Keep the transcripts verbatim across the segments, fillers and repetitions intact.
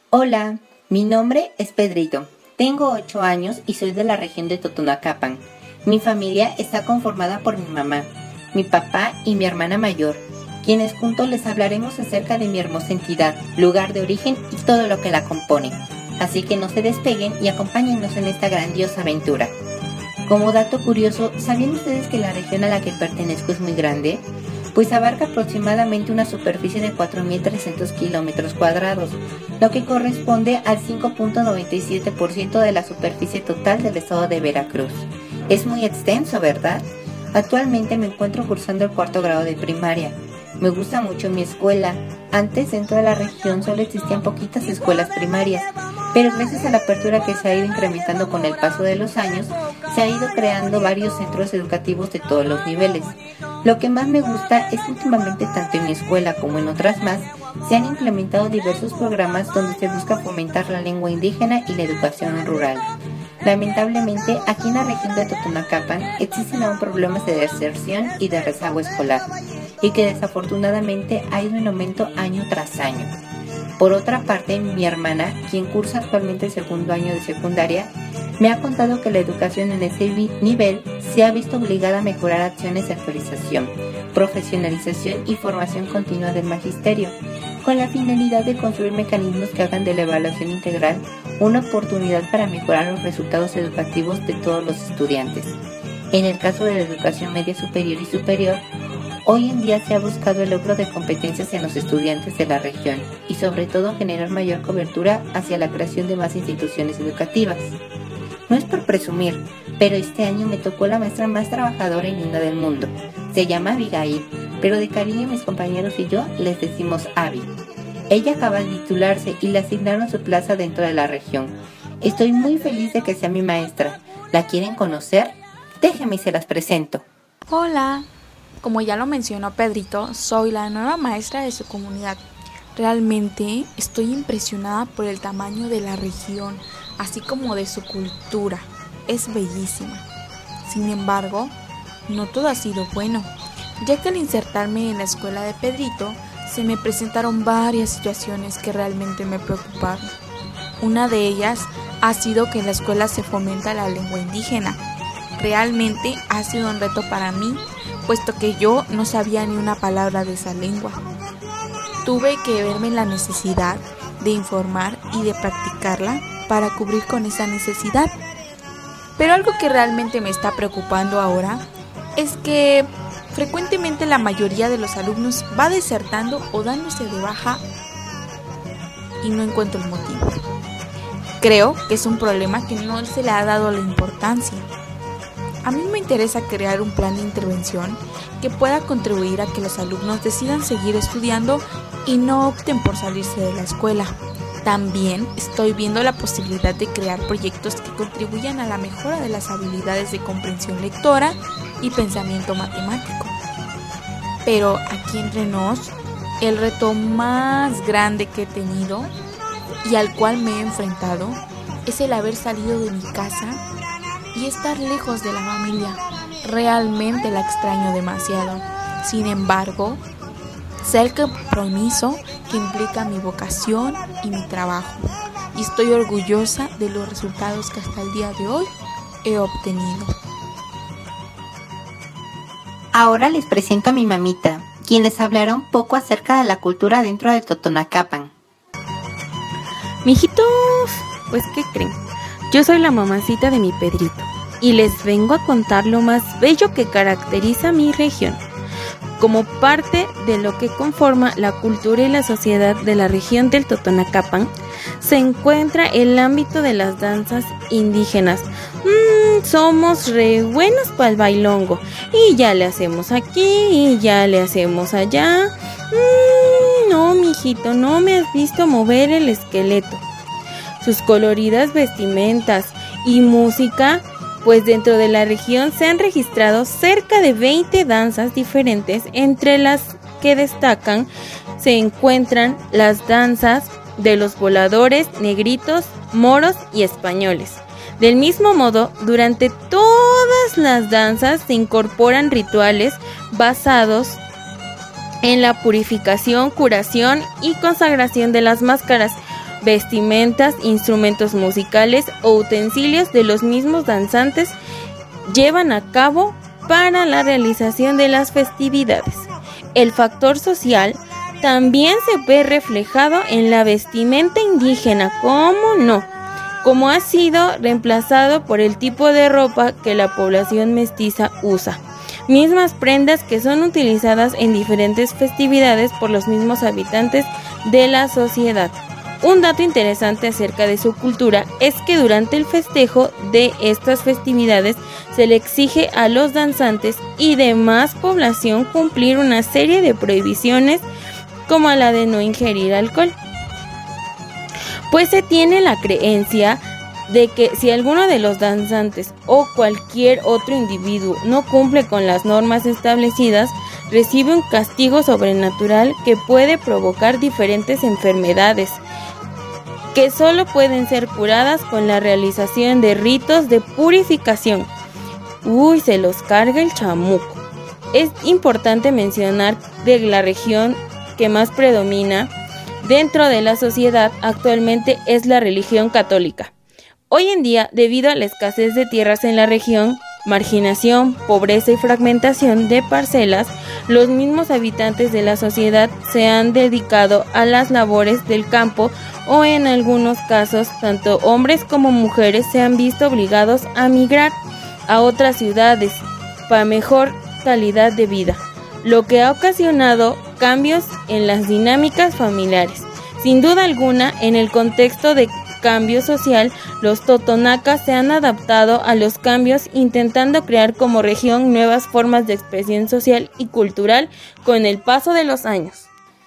Hola, mi nombre es Pedrito. Tengo ocho años y soy de la región de Totonacapan. Mi familia está conformada por mi mamá, mi papá y mi hermana mayor, quienes juntos les hablaremos acerca de mi hermosa entidad, lugar de origen y todo lo que la compone. Así que no se despeguen y acompáñennos en esta grandiosa aventura. Como dato curioso, ¿sabían ustedes que la región a la que pertenezco es muy grande? Pues abarca aproximadamente una superficie de cuatro mil trescientos kilómetros cuadrados, lo que corresponde al cinco punto noventa y siete por ciento de la superficie total del estado de Veracruz. Es muy extenso, ¿verdad? Actualmente me encuentro cursando el cuarto grado de primaria. Me gusta mucho mi escuela. Antes, dentro de la región solo existían poquitas escuelas primarias, pero gracias a la apertura que se ha ido incrementando con el paso de los años, se ha ido creando varios centros educativos de todos los niveles. Lo que más me gusta es que últimamente, tanto en mi escuela como en otras más, se han implementado diversos programas donde se busca fomentar la lengua indígena y la educación rural. Lamentablemente, aquí en la región de Totonacapan existen aún problemas de deserción y de rezago escolar, y que desafortunadamente ha ido en aumento año tras año. Por otra parte, mi hermana, quien cursa actualmente el segundo año de secundaria, me ha contado que la educación en ese nivel se ha visto obligada a mejorar acciones de actualización, profesionalización y formación continua del magisterio, con la finalidad de construir mecanismos que hagan de la evaluación integral una oportunidad para mejorar los resultados educativos de todos los estudiantes. En el caso de la educación media superior y superior, hoy en día se ha buscado el logro de competencias en los estudiantes de la región y sobre todo generar mayor cobertura hacia la creación de más instituciones educativas. No es por presumir, pero este año me tocó la maestra más trabajadora y linda del mundo. Se llama Abigail, pero de cariño mis compañeros y yo les decimos Abby. Ella acaba de titularse y le asignaron su plaza dentro de la región. Estoy muy feliz de que sea mi maestra. ¿La quieren conocer? Déjenme y se las presento. Hola, como ya lo mencionó Pedrito, soy la nueva maestra de su comunidad. Realmente estoy impresionada por el tamaño de la región, así como de su cultura. Es bellísima. Sin embargo, no todo ha sido bueno, ya que al insertarme en la escuela de Pedrito, se me presentaron varias situaciones que realmente me preocuparon. Una de ellas ha sido que en la escuela se fomenta la lengua indígena. Realmente ha sido un reto para mí, puesto que yo no sabía ni una palabra de esa lengua. Tuve que verme en la necesidad de informar y de practicarla para cubrir con esa necesidad. Pero algo que realmente me está preocupando ahora es que frecuentemente la mayoría de los alumnos va desertando o dándose de baja y no encuentro el motivo. Creo que es un problema que no se le ha dado la importancia. A mí me interesa crear un plan de intervención que pueda contribuir a que los alumnos decidan seguir estudiando y no opten por salirse de la escuela. También estoy viendo la posibilidad de crear proyectos que contribuyan a la mejora de las habilidades de comprensión lectora y pensamiento matemático. Pero aquí entre nos, el reto más grande que he tenido y al cual me he enfrentado es el haber salido de mi casa y estar lejos de la familia. Realmente la extraño demasiado. Sin embargo, sé el compromiso que implica mi vocación y mi trabajo, y estoy orgullosa de los resultados que hasta el día de hoy he obtenido. Ahora les presento a mi mamita, quien les hablará un poco acerca de la cultura dentro de Totonacapan. Mijitos, pues ¿qué creen? Yo soy la mamacita de mi Pedrito y les vengo a contar lo más bello que caracteriza mi región. Como parte de lo que conforma la cultura y la sociedad de la región del Totonacapan, se encuentra el ámbito de las danzas indígenas. Mm, somos re buenos para el bailongo, y ya le hacemos aquí, y ya le hacemos allá. Mm, no, mijito, no me has visto mover el esqueleto. Sus coloridas vestimentas y música, pues dentro de la región se han registrado cerca de veinte danzas diferentes, entre las que destacan se encuentran las danzas de los voladores, negritos, moros y españoles. Del mismo modo, durante todas las danzas se incorporan rituales basados en la purificación, curación y consagración de las máscaras, vestimentas, instrumentos musicales o utensilios de los mismos danzantes llevan a cabo para la realización de las festividades. El factor social también se ve reflejado en la vestimenta indígena, ¿cómo no? Como ha sido reemplazado por el tipo de ropa que la población mestiza usa. Mismas prendas que son utilizadas en diferentes festividades por los mismos habitantes de la sociedad. Un dato interesante acerca de su cultura es que durante el festejo de estas festividades se le exige a los danzantes y demás población cumplir una serie de prohibiciones como la de no ingerir alcohol. Pues se tiene la creencia de que si alguno de los danzantes o cualquier otro individuo no cumple con las normas establecidas, recibe un castigo sobrenatural que puede provocar diferentes enfermedades, que solo pueden ser curadas con la realización de ritos de purificación. Uy, se los carga el chamuco. Es importante mencionar de la región que más predomina dentro de la sociedad actualmente es la religión católica. Hoy en día, debido a la escasez de tierras en la región, marginación, pobreza y fragmentación de parcelas, los mismos habitantes de la sociedad se han dedicado a las labores del campo o en algunos casos, tanto hombres como mujeres se han visto obligados a migrar a otras ciudades para mejor calidad de vida, lo que ha ocasionado cambios en las dinámicas familiares. Sin duda alguna, en el contexto de cambio social, los totonacas se han adaptado a los cambios, intentando crear como región nuevas formas de expresión social y cultural con el paso de los años.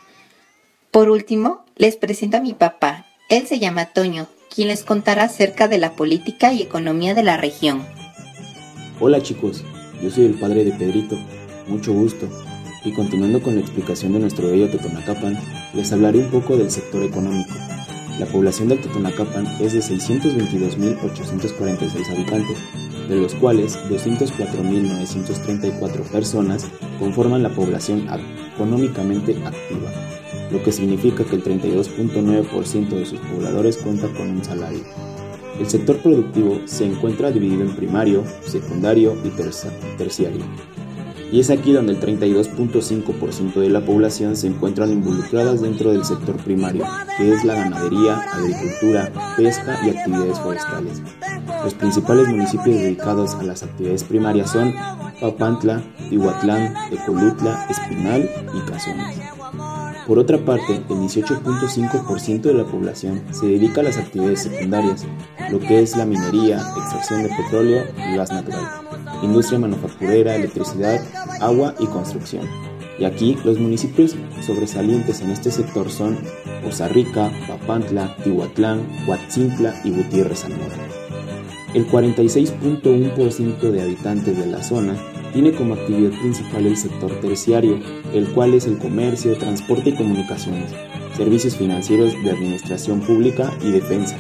Por último, les presento a mi papá. Él se llama Toño, quien les contará acerca de la política y economía de la región. Hola chicos, yo soy el padre de Pedrito, mucho gusto. Y continuando con la explicación de nuestro bello Totonacapan, les hablaré un poco del sector económico. La población del Totonacapan es de seiscientos veintidós mil ochocientos cuarenta y seis habitantes, de los cuales doscientos cuatro mil novecientos treinta y cuatro personas conforman la población económicamente activa, lo que significa que el treinta y dos punto nueve por ciento de sus pobladores cuenta con un salario. El sector productivo se encuentra dividido en primario, secundario y terciario. Y es aquí donde el treinta y dos punto cinco por ciento de la población se encuentran involucradas dentro del sector primario, que es la ganadería, agricultura, pesca y actividades forestales. Los principales municipios dedicados a las actividades primarias son Papantla, Tihuatlán, Tecolutla, Espinal y Cazones. Por otra parte, el dieciocho punto cinco por ciento de la población se dedica a las actividades secundarias, lo que es la minería, extracción de petróleo y gas natural, industria manufacturera, electricidad, agua y construcción. Y aquí los municipios sobresalientes en este sector son Poza Rica, Papantla, Tihuatlán, Huatzintla y Gutiérrez Zamora. El cuarenta y seis punto uno por ciento de habitantes de la zona tiene como actividad principal el sector terciario, el cual es el comercio, transporte y comunicaciones, servicios financieros de administración pública y defensa,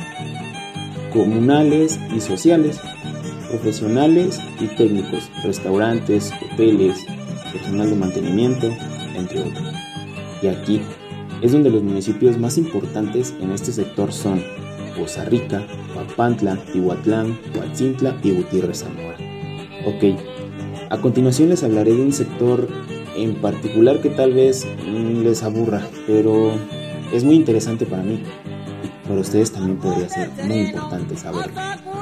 comunales y sociales, profesionales y técnicos, restaurantes, hoteles, personal de mantenimiento, entre otros. Y aquí es donde los municipios más importantes en este sector son Poza Rica, Papantla, Tihuatlán, Huatzintla y Gutiérrez Zamora. Ok, a continuación les hablaré de un sector en particular que tal vez mmm, les aburra, pero es muy interesante para mí y para ustedes también podría ser muy importante saberlo.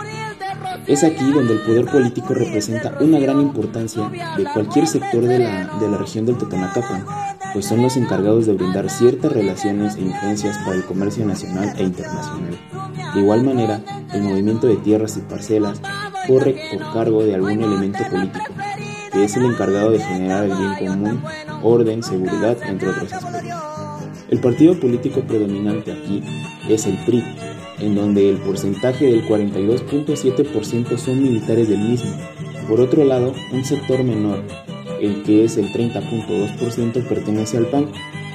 Es aquí donde el poder político representa una gran importancia de cualquier sector de la, de la región del Totonacapan, pues son los encargados de brindar ciertas relaciones e influencias para el comercio nacional e internacional. De igual manera, el movimiento de tierras y parcelas corre por cargo de algún elemento político, que es el encargado de generar el bien común, orden, seguridad, entre otros aspectos. El partido político predominante aquí es el P R I, en donde el porcentaje del cuarenta y dos punto siete por ciento son militares del mismo. Por otro lado, un sector menor, el que es el treinta punto dos por ciento, pertenece al P A N.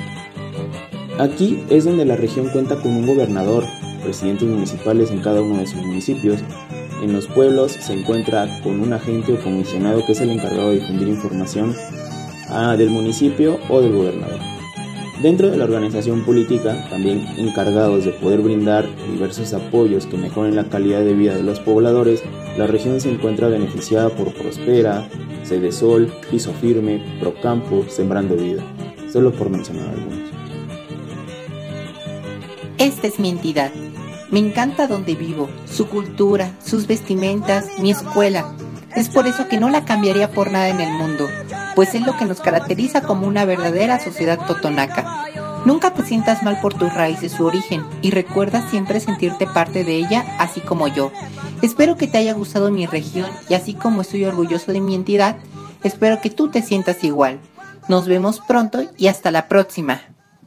Aquí es donde la región cuenta con un gobernador, presidentes municipales en cada uno de sus municipios. En los pueblos se encuentra con un agente o comisionado que es el encargado de difundir información ah, del municipio o del gobernador. Dentro de la organización política, también encargados de poder brindar diversos apoyos que mejoren la calidad de vida de los pobladores, la región se encuentra beneficiada por Prospera, Sedesol, Piso Firme, Procampo, Sembrando Vida, solo por mencionar algunos. Esta es mi entidad. Me encanta donde vivo, su cultura, sus vestimentas, mi escuela. Es por eso que no la cambiaría por nada en el mundo, pues es lo que nos caracteriza como una verdadera sociedad totonaca. Nunca te sientas mal por tus raíces, su origen, y recuerda siempre sentirte parte de ella, así como yo. Espero que te haya gustado mi región, y así como estoy orgulloso de mi entidad, espero que tú te sientas igual. Nos vemos pronto y hasta la próxima.